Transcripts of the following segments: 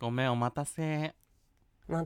ごめんお待たせ。 待った。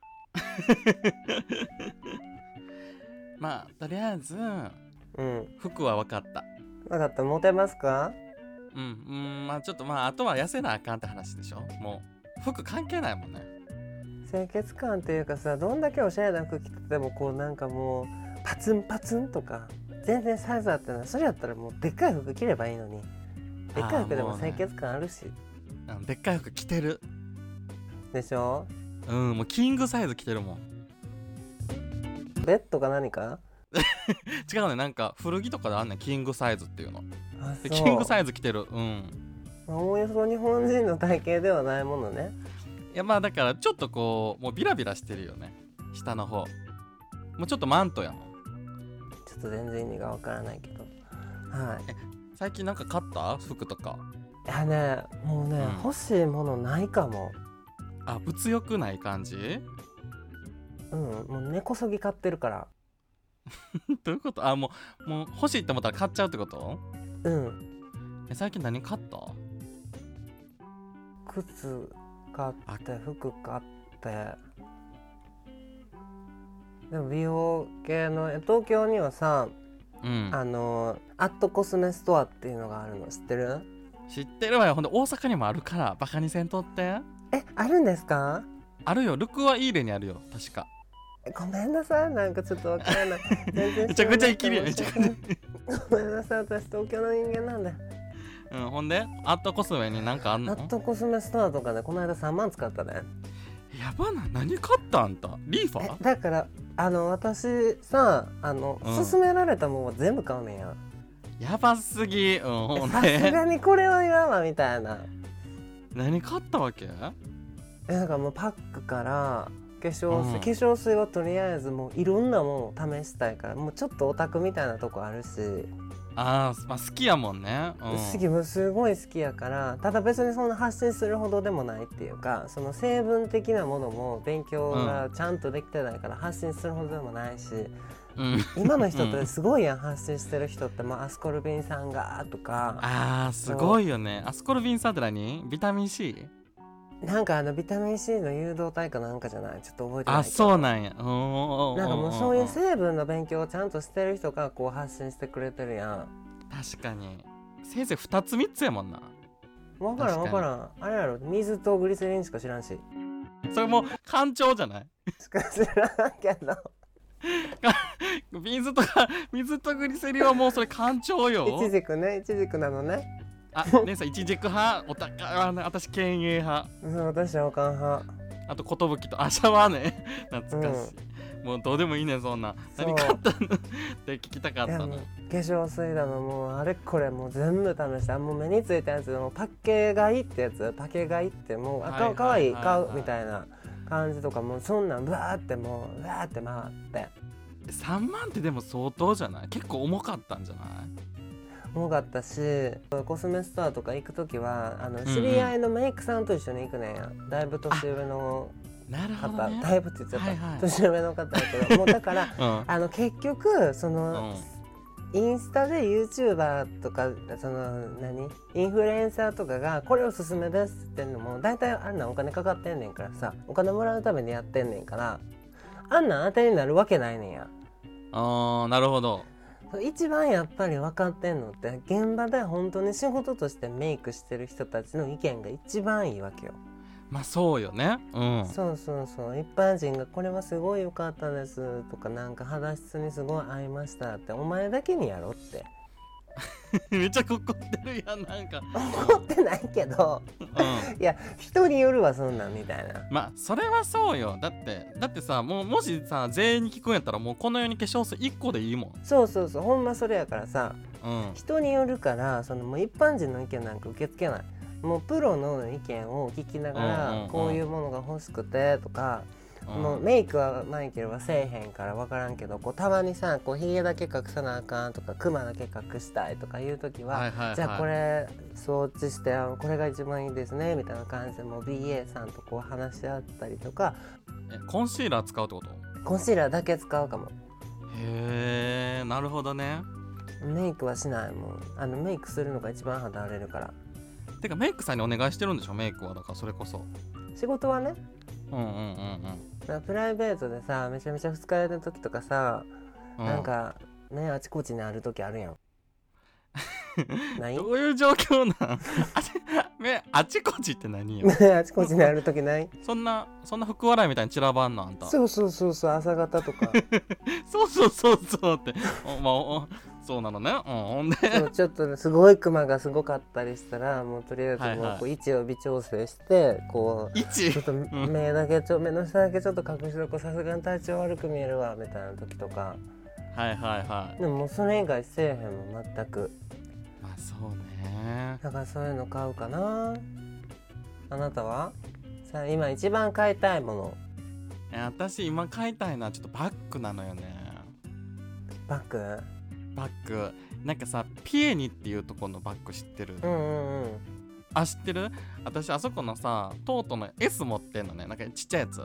まあとりあえず服は分かった。 分かった。モテますか？ まあちょっとあとは痩せなあかんって話でしょ。もう服関係ないもんね。 清潔感っていうかさ、どんだけおしゃれな服着ててもこうなんかもうパツンパツンとか全然サイズあってない。それやったらもうでっかい服着ればいいのに。でっかい服でも清潔感あるし、 でっかい服着てるでしょ。 もうキングサイズ着てるもん。 ベッドか何か違うね、なんか古着とかであんねん、キングサイズっていうの。 でキングサイズ着てる。 おおよそ日本人の体型ではないものね。 いやだからちょっとこうもうビラビラしてるよね、下の方。もうちょっとマントやもん。 ちょっと全然意味がわからないけど。はい。 最近なんか買った服とか？ いやね、もうね、欲しいものないかも。 物欲ない感じ？ もう根こそぎ買ってるから。 どういうこと？もう欲しいって思ったら買っちゃうってこと？最近何買った？ 靴買って服買って。でも美容系の東京にはさ、アットコスメストアっていうのがあるの知ってる？ 知ってるわよ。ほんで大阪にもあるからバカにせんとって。 あるんですか？ あるよ。ルクワイーレにあるよ確か。 ごめんなさい、なんかちょっとわからない。全然めちゃくちゃ生きるよ。めちゃくちゃごめんなさい、私東京の人間なんで。 ほんでアットコスメになんかあんの？ アットコスメストアとかでこの間3万使ったね。 やばな。何買ったんた？リーファ？ だから私さ、勧められたもんは全部買うねんや。 やばすぎ。 さすがにこれは言わんわみたいな。 何買ったわけ？ なんかもうパックから化粧水はとりあえずもういろんなものを試したいから、もうちょっとオタクみたいなとこあるし。 好きやもんね。 すごい好きやから。ただ別にそんな発信するほどでもないっていうか、その成分的なものも勉強がちゃんとできてないから発信するほどでもないし、今の人ってすごいやん、発信してる人って。アスコルビン酸がとか。 すごいよね。アスコルビン酸って何？ビタミン C？ なんかビタミン C の誘導体かなんかじゃない？ちょっと覚えてないけど。 そうなんや。なんかもうそういう成分の勉強をちゃんとしてる人がこう発信してくれてるやん。 確かに。せいぜい2つ3つやもんな。 分からん。あれやろ、水とグリセリンしか知らんし。 それもう干潮じゃない？ しか知らんけど水とグリセリンはもうそれ干潮よ。 イチジクなのね。 姉さんイチジク派？お高いわね。私犬猿派。 そう、私はおかん派。 あと寿とシャワーね。懐かしい。もうどうでもいいねんそんな。何買ったのって聞きたかったの。 化粧水だのもうあれこれもう全部試した。もう目についたやつもパケ買いってやつ。パケ買いってもうかわいい買うみたいな感じとか、もうそんなんブワーって回って 3万ってでも相当じゃない？結構重かったんじゃない？ 重かったし、コスメストアとか行くときは知り合いのメイクさんと一緒に行くねんや。だいぶ年上の方、だいぶって言っちゃった、年上の方やけど、もうだから結局その、インスタで YouTuber とかそのインフルエンサーとかがこれおすすめですってんのも大体あんなんお金かかってんねんからさ、お金もらうためにやってんねんから、あんなん当てになるわけないねんや。 なるほど。 一番やっぱり分かってんのって現場で本当に仕事としてメイクしてる人たちの意見が一番いいわけよ。 そうよね。 そう一般人がこれはすごい良かったですとか、なんか肌質にすごい合いましたってお前だけにやろってめっちゃ怒ってるやん。なんか怒ってないけど、いや人によるわそんなんみたいな。 それはそうよ。だってさ、もしさ全員に聞くんやったらもうこの世に化粧水1個でいいもん。 そうほんまそれやからさ、人によるから、もう一般人の意見なんか受け付けない。もうプロの意見を聞きながら、こういうものが欲しくてとか、もうメイクはマイケルはせえへんから分からんけど、こうたまにさこうヒゲだけ隠さなあかんとかクマだけ隠したいとかいう時は、じゃあこれ装置してこれが一番いいですねみたいな感じで、もう BA さんとこう話し合ったりとか。 コンシーラー使うってこと？ コンシーラーだけ使うかも。 へえ、なるほどね。 メイクはしないもん。メイクするのが一番肌荒れるから。 てかメイクさんにお願いしてるんでしょ、メイクは。だからそれこそ仕事はね。 だからプライベートでさ、めちゃめちゃ二日酔いの時とかさ、なんかね、あちこちにある時あるやん。ない？ どういう状況なんあちこちって何よあちこちにある時ない？ そんな福笑いみたいに散らばんのあんた。 そう朝方とかそうってそうなのね。ほんでそうちょっとね、すごいクマがすごかったりしたら、もうとりあえずもうこう位置を微調整してこうちょっと目だけ目の下だけちょっと隠しとこう、さすがに体調悪く見えるわみたいな時とか。でももうそれ以外せえへんもん全く。 まあそうね。 だからそういうの買うかな。あなたはさあ今一番買いたいもの？ 私今買いたいのはちょっとバッグなのよね。 バッグなんかさ、ピエニっていうところのバッグ知ってる？あ、知ってる？私あそこのさ、トートの S 持ってんのね。なんかちっちゃいやつ。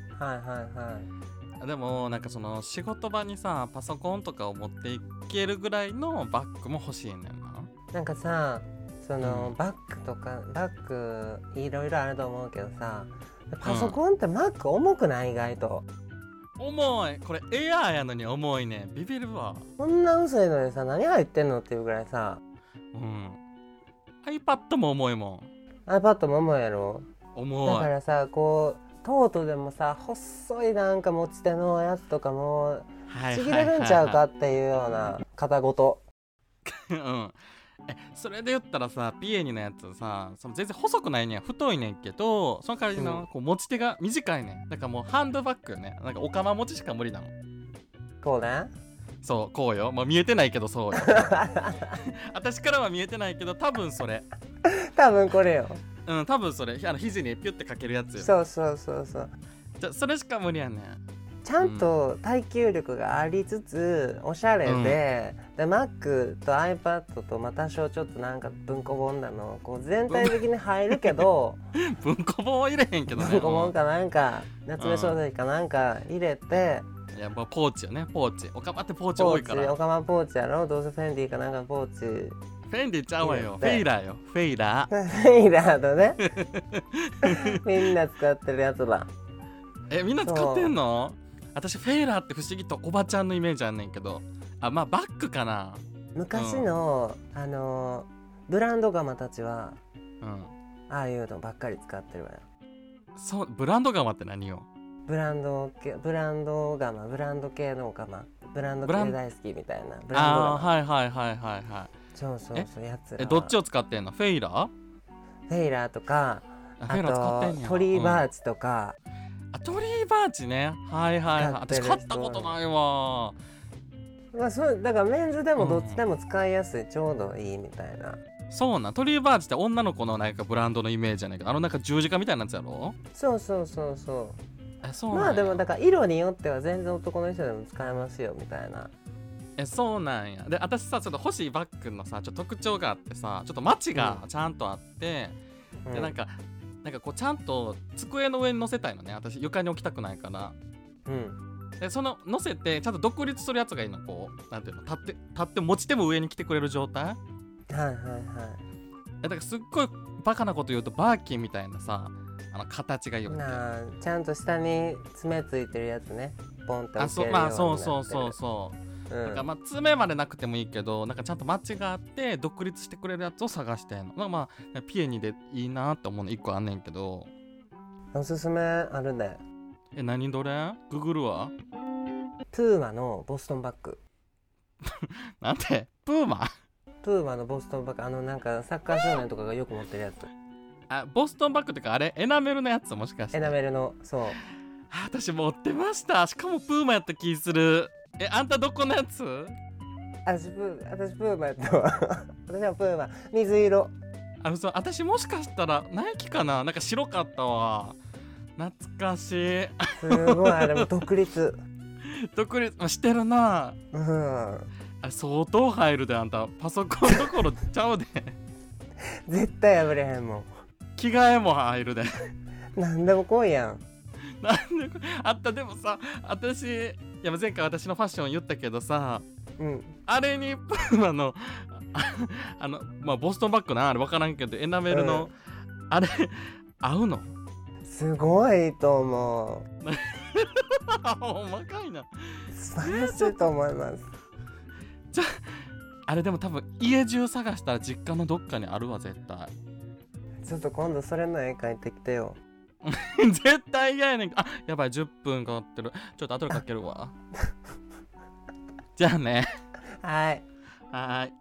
でもなんかその仕事場にさ、パソコンとかを持っていけるぐらいのバッグも欲しいねんな。 なんかさ、そのバッグとかバッグいろいろあると思うけどさ、パソコンってマック重くない？意外と重い。これエアーやのに重いね。ビビるわ。 こんな薄いのにさ、何入ってんのっていうぐらいさ。 iPad も重いもん。 iPad も重いやろ。 重い。 だからさ、こうトートでもさ、細いなんか持ち手のやつとかもちぎれるんちゃうかっていうような型ごとそれで言ったらさ、ピエニのやつさ、その全然細くないねん、太いねんけど、その代わりのこう持ち手が短いねん。だからもうハンドバッグよね。なんかおかま持ちしか無理なの。 こうね。 そうこうよ。見えてないけどそうよ私からは見えてないけど、多分それ多分これよ。 多分それ肘にピュッてかけるやつよ。 そうじゃそれしか無理やねん。 ちゃんと耐久力がありつつおしゃれで、Mac と iPad と多少ちょっとなんか文庫本なのこう全体的に入るけど文庫本は入れへんけどね。 文庫本かなんか夏目漱石かなんか入れて、 いやもうポーチよね。ポーチおかまってポーチ多いから。 おかまポーチやろ。どうせフェンディかなんかポーチ。 フェンディちゃうわよ。フェイラーよ。フェイラーとねみんな使ってるやつだ。 みんな使ってんの？私フェイラーって不思議とおばちゃんのイメージあんねんけど、バッグかな。 昔の、ブランドガマたちは、ああいうのばっかり使ってるわよ。 そう、ブランドガマって何よ？ ブランド系のガマ、ブランド系大好きみたいな。ブランドガマ。そうやつら。 どっちを使ってんの？フェイラーとか、あとトリーバーチとか。 トリーバーチね。私買ったことないわ。 そうだからメンズでもどっちでも使いやすい、ちょうどいいみたいな。 そうなん。トリーバーチって女の子のなんかブランドのイメージじゃないけど、なんか十字架みたいなやつやろ？そうでもだから色によっては全然男の人でも使えますよみたいな。 そうなんや。で私さ、ちょっと欲しいバッグのさ、ちょっと特徴があってさ、ちょっとマチがちゃんとあって、でなんかこうちゃんと机の上に乗せたいのね。私床に置きたくないから。でその乗せてちゃんと独立するやつがいいの。こうなんていうの、立って持ち手も上に来てくれる状態。だからすっごいバカなこと言うとバーキンみたいなさ、形がいいよね。 ちゃんと下に爪ついてるやつね。ポンって置けるようになってる。 そうなんか爪までなくてもいいけど、なんかちゃんとマッチがあって独立してくれるやつを探してんの。ピエニでいいなって思うの1個あんねんけど。 おすすめあるね。 何どれ？ググるわ。 プーマのボストンバッグなんて？プーマのボストンバッグ、なんかサッカー少年とかがよく持ってるやつ。 ボストンバッグってか、あれエナメルのやつ？もしかして。 エナメルの。そう。 私持ってました。しかもプーマやった気する。あんたどこのやつ？ 私プーマやったわ私はプーマ水色。 私もしかしたらナイキかな。なんか白かったわ。懐かしいすごい。あれも独立してるな。相当入るで。あんたパソコンどころちゃうで絶対破れへんもん。 着替えも入るでなんでも来いやん。 でもさ、私前回私のファッション言ったけどさ、 うん、 あれにプーマのまあボストンバッグなあれ分からんけどエナメルの、あれ合うの？ すごいと思う。 ほんまかいな。 素晴らしいと思います。 じゃあれでも多分家中探したら実家のどっかにあるわ絶対。 ちょっと今度それの絵描いてきてよ。 絶対嫌やねん。あ、やばい10分かかってる。ちょっと後でかけるわ。じゃあね。 はい。 はい。